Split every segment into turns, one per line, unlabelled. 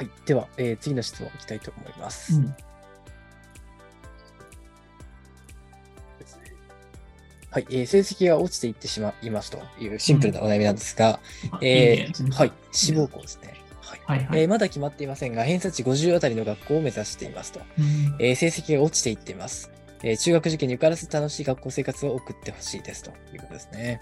はい。では、次の質問いきたいと思います。はい。成績が落ちていってしまいますというシンプルなお悩みなんですが、はい。志望校ですね。まだ決まっていませんが、偏差値50あたりの学校を目指していますと。成績が落ちていっています。中学受験に受からず楽しい学校生活を送ってほしいですということですね。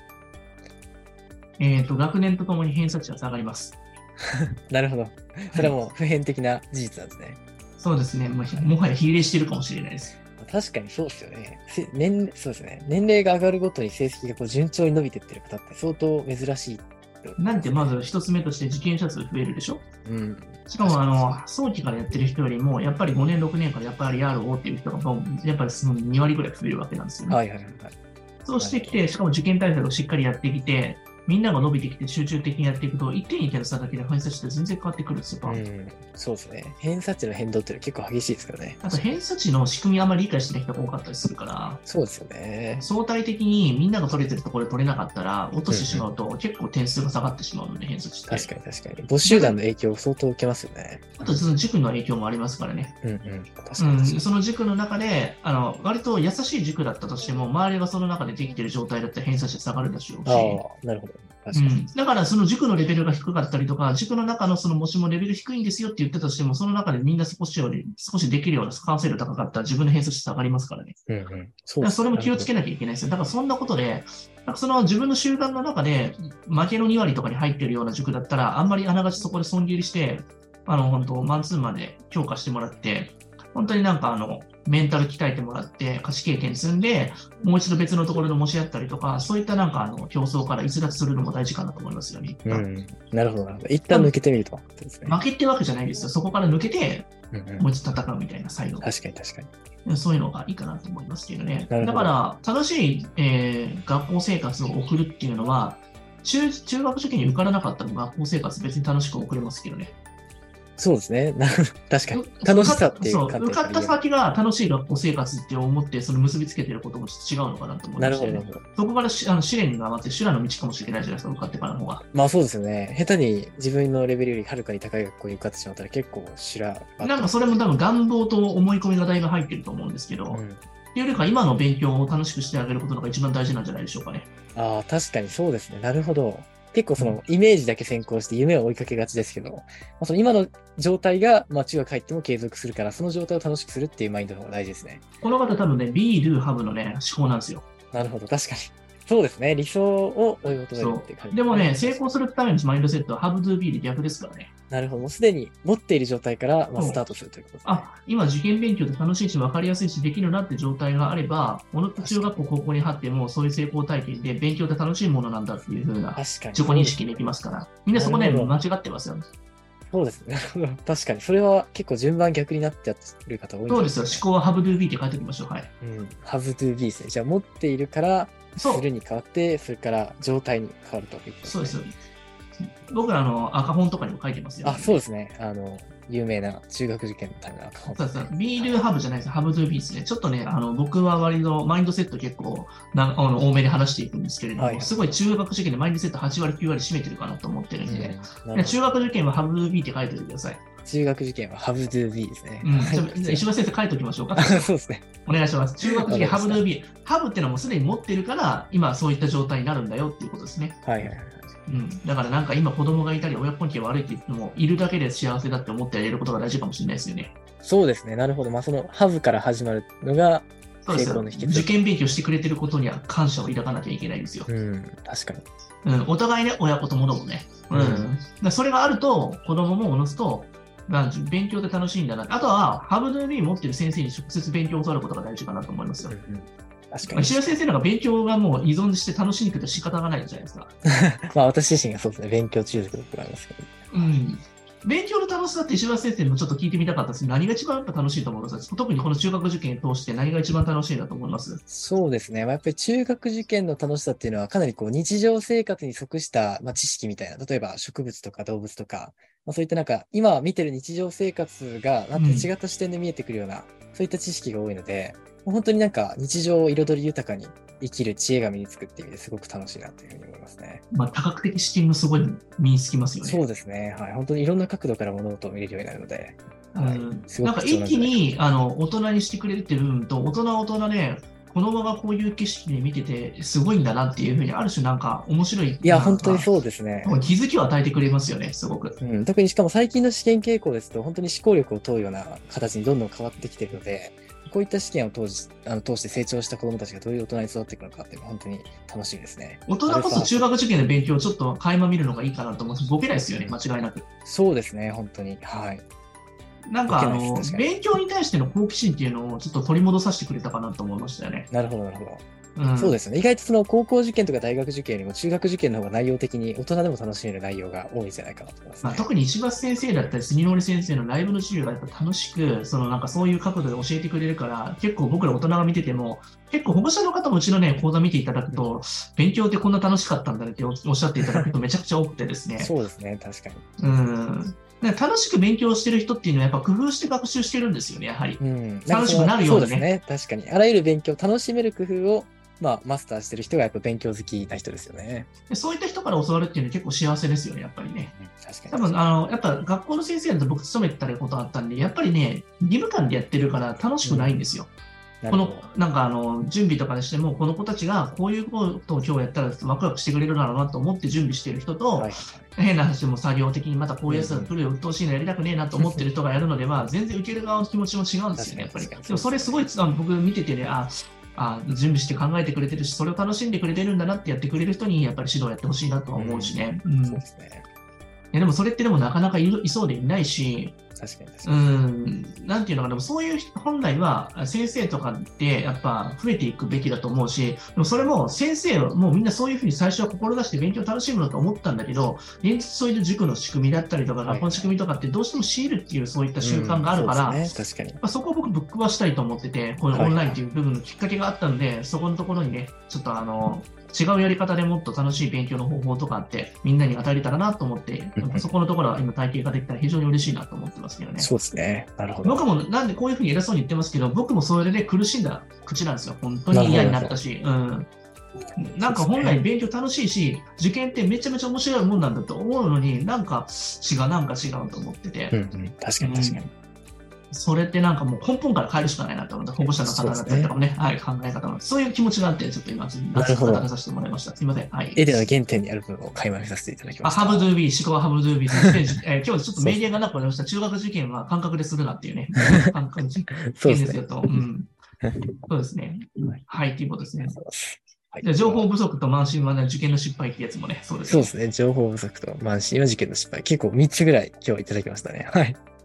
学年とともに偏差値は下がります。
なるほど。それはもう普遍的な事実なんですね。
そうですね。もはや比例しているかもしれないです。
確かにそうですよね。そうですね。年齢が上がるごとに成績がこう順調に伸びていってる方って相当珍しい。
なんてまず一つ目として受験者数増えるでしょ。しかも早期からやってる人よりも、やっぱり5年、6年からやっぱりやろうっていう人が、やっぱりその2割ぐらい増えるわけなんですよね。そうしてきて、しかも受験対策をしっかりやってきて、みんなが伸びてきて集中的にやっていくと、1点2点の差だけで偏差値って全然変わってくるんですよ。
そうですね。偏差値の変動って結構激しいですからね。
あと偏差値の仕組みあんまり理解してない人が多かったりするから、
そうですよね。
相対的にみんなが取れてるところで取れなかったら、落としてしまうと結構点数が下がってしまうので、偏差値って。
確かに確かに。母集団の影響を相当受けますよね。
あと、その塾の影響もありますからね。その塾の中で、割と優しい塾だったとしても、周りがその中でできている状態だったら偏差値下がるでしょうし。
なるほど。
だからその塾のレベルが低かったりとか、塾の中のそのもしもレベル低いんですよって言ってたとしても、その中でみんな少しできるような完成度高かったら自分の偏差値下がりますからね。それも気をつけなきゃいけないですよ。だからそんなことで、その自分の集団の中で負けの2割とかに入っているような塾だったら、あんまりあながちそこで損切りして、本当マンツーマンで強化してもらって、本当にメンタル鍛えてもらって、勝ち経験積んで、もう一度別のところで模試やったりとか、そういった競争から逸脱するのも大事かなと思いますよね。
なるほど、なるほど。一旦抜けてみると。
負けってわけじゃないですよ。そこから抜けて、もう一度戦うみたいなサイド。
確かに。
そういうのがいいかなと思いますけどね。だから、正しい、学校生活を送るっていうのは、中学受験に受からなかったら学校生活別に楽しく送れますけどね。
そうですね。確かに。楽しさっていう
観点。受かった先が楽しい学校生活って思って、その結びつけてることも違うのかなと思います、ね。なるほど。そこから試練が待って、修羅の道かもしれないじゃないですか、受かってからの方が。
まあそうですよね。下手に自分のレベルよりはるかに高い学校に受かってしまったら結構修羅。
それも多分願望と思い込みがだいぶ入ってると思うんですけど、っていうよりか今の勉強を楽しくしてあげることが一番大事なんじゃないでしょうかね。
確かにそうですね。なるほど。結構そのイメージだけ先行して夢を追いかけがちですけど、その今の状態が中学入っても継続するから、その状態を楽しくするっていうマインドの方が大事ですね。
この方多分ね、be, do, have のね、思考なんですよ。
なるほど、確かに。そうですね。理想を追い求めるって感じ。
でもね、成功するためのマインドセットは have, do, be で逆ですからね。
なるほど。もうすでに持っている状態からスタートするということですね。
今受験勉強で楽しいし分かりやすいしできるなって状態があれば、中学校、高校に入ってもそういう成功体験で勉強って楽しいものなんだっていう風な自己認識できますから、みんなそこね、間違ってますよね。
そうですね。確かに。それは結構順番逆になってやってる方多いんですね。
そうですよ。思考は have, do, be って書いておきましょう。はい。
have, do, be ですね。じゃあ持っているから、するに変わって、それから状態に変わるということですね。
そうです。僕ら赤本とかにも書いてますよ、
ね。そうですね。有名な中学受験のための赤本。
そうです。be, do, have じゃないです。have, do, be ですね。ちょっとね、僕は割とマインドセット結構多めで話していくんですけれども、すごい中学受験でマインドセット8割、9割占めてるかなと思ってるんで、中学受験は have, do, be って書いておいてください。
中学受験は have, do, be ですね。
石橋先生書いておきましょうか。
そうですね。
お願いします。中学受験 have, do, be。have っていうのはもうすでに持ってるから、今そういった状態になるんだよっていうことですね。だから今子供がいたり親関係悪いって言ってもいるだけで幸せだって思ってやれることが大事かもしれないですよね。
そうですね。なるほど。そのハブから始まるのが成功の秘訣。
受験勉強してくれてることには感謝を抱かなきゃいけないんですよ。
確かに。
お互いね、親子ともどもね。それがあると子供もおのずと勉強で楽しいんだな。あとは、ハブドゥービー持ってる先生に直接勉強を教わることが大事かなと思いますよ。確かに。石田先生なんか勉強がもう依存して楽しんでくて仕方がないじゃないですか。
私自身がそうですね、勉強中毒でございますけど。
勉強の楽しさって石橋先生にもちょっと聞いてみたかったです。何が一番やっぱ楽しいと思います？特にこの中学受験を通して何が一番楽しいなと思います？
そうですね。やっぱり中学受験の楽しさっていうのはかなり日常生活に即した、知識みたいな、例えば植物とか動物とか、そういった今見てる日常生活が違った視点で見えてくるような、そういった知識が多いので、 本当になんか日常を彩り豊かに生きる知恵が身につくっていう意味ですごく楽しいなというふうに思いますね。
まあ、多角的視点もすごい身につきますよね。
そうですね。はい。本当にいろんな角度から物事を見れるようになるので。
はい、なんか一気に大人にしてくれるっていう部分と、大人は大人で、子供がこういう景色で見てて、すごいんだなっていうふうに、ある種なんか面白い。
いや、本当にそうですね。
気づきを与えてくれますよね、すごく。
特にしかも最近の試験傾向ですと、本当に思考力を問うような形にどんどん変わってきているので、こういった試験を通して成長した子どもたちがどういう大人に育っていくのかっていうのは本当に楽しみですね。
大人こそ中学受験の勉強をちょっと垣間見るのがいいかなと思って、ボケないですよね、間違いなく。
そうですね、本当に。はい。
なんか勉強に対しての好奇心っていうのをちょっと取り戻させてくれたかなと思いましたよね。
なるほど、なるほど。そうですね。意外とその高校受験とか大学受験よりも中学受験の方が内容的に大人でも楽しめる内容が多いんじゃないかなと思います、ね。
特に石橋先生だったり杉森先生のライブの授業がやっぱ楽しく、なんかそういう角度で教えてくれるから、結構僕ら大人が見てても、結構保護者の方もうちのね、講座見ていただくと、勉強ってこんな楽しかったんだねっておっしゃっていただくとめちゃくちゃ多くてですね。
そうですね、確かに。
楽しく勉強してる人っていうのはやっぱ工夫して学習してるんですよね、やはり。楽しくなるようにね。
そうですね、確かに。あらゆる勉強、楽しめる工夫をマスターしてる人がやっぱ勉強好きな人ですよね。
そういった人から教わるっていうのは結構幸せですよね、やっぱりね。
確かに。
多分、やっぱ学校の先生だと僕勤めてたことあったんで、やっぱりね、義務感でやってるから楽しくないんですよ。なんか準備とかにしても、この子たちがこういうことを今日やったらワクワクしてくれるだろうなと思って準備している人と、変な話でも作業的にまたこういうやつが来るよ、鬱陶しいのやりたくねえなと思ってる人がやるのでは、全然受ける側の気持ちも違うんですよね、やっぱり。でもそれすごい僕見ててね、準備して考えてくれてるし、それを楽しんでくれてるんだなってやってくれる人にやっぱり指導やってほしいなとは思うしね。そうですね。でもそれってでもなかなかいそうでいないし、なんていうのかな、そういう本来は先生とかってやっぱ増えていくべきだと思うし、でもそれも先生はもうみんなそういうふうに最初は志して勉強を楽しむのと思ったんだけど、現実そういう塾の仕組みだったりとか、学校の仕組みとかってどうしても強いるっていうそういった習慣があるから、そこを僕ぶっ壊したいと思ってて、このオンラインっていう部分のきっかけがあったので、そこのところにね、ちょっと違うやり方でもっと楽しい勉強の方法とかあってみんなに与えれたらなと思って、そこのところは今体系ができたら非常に嬉しいなと思ってますけどね。
そうですね。なるほど。
僕もなんでこういうふうに偉そうに言ってますけど、僕もそれで苦しんだ口なんですよ。本当に嫌になったし。なんか本来勉強楽しいし、受験ってめちゃめちゃ面白いもんなんだと思うのに、なんか違うと思ってて。
確かに確かに。
それってなんかもう根本から変えるしかないなと思って、保護者の方だったりとかもね、考え方も、そういう気持ちがあって、ちょっと今、脱出させてもらいました。すみません。
エデの原点にある部分を垣間見させていただきました。
ハブドゥービー、思考はハブドゥービー。そして、今日ちょっと名言がなくなりました。中学受験は感覚でするなっていうね。感覚受験ですよと。そうですね。はい、っていうことですね。じゃ情報不足と慢心は受験の失敗ってやつもね、そうですね。
そうですね。情報不足と慢心は受験の失敗。結構3つぐらい今日いただきましたね。はい。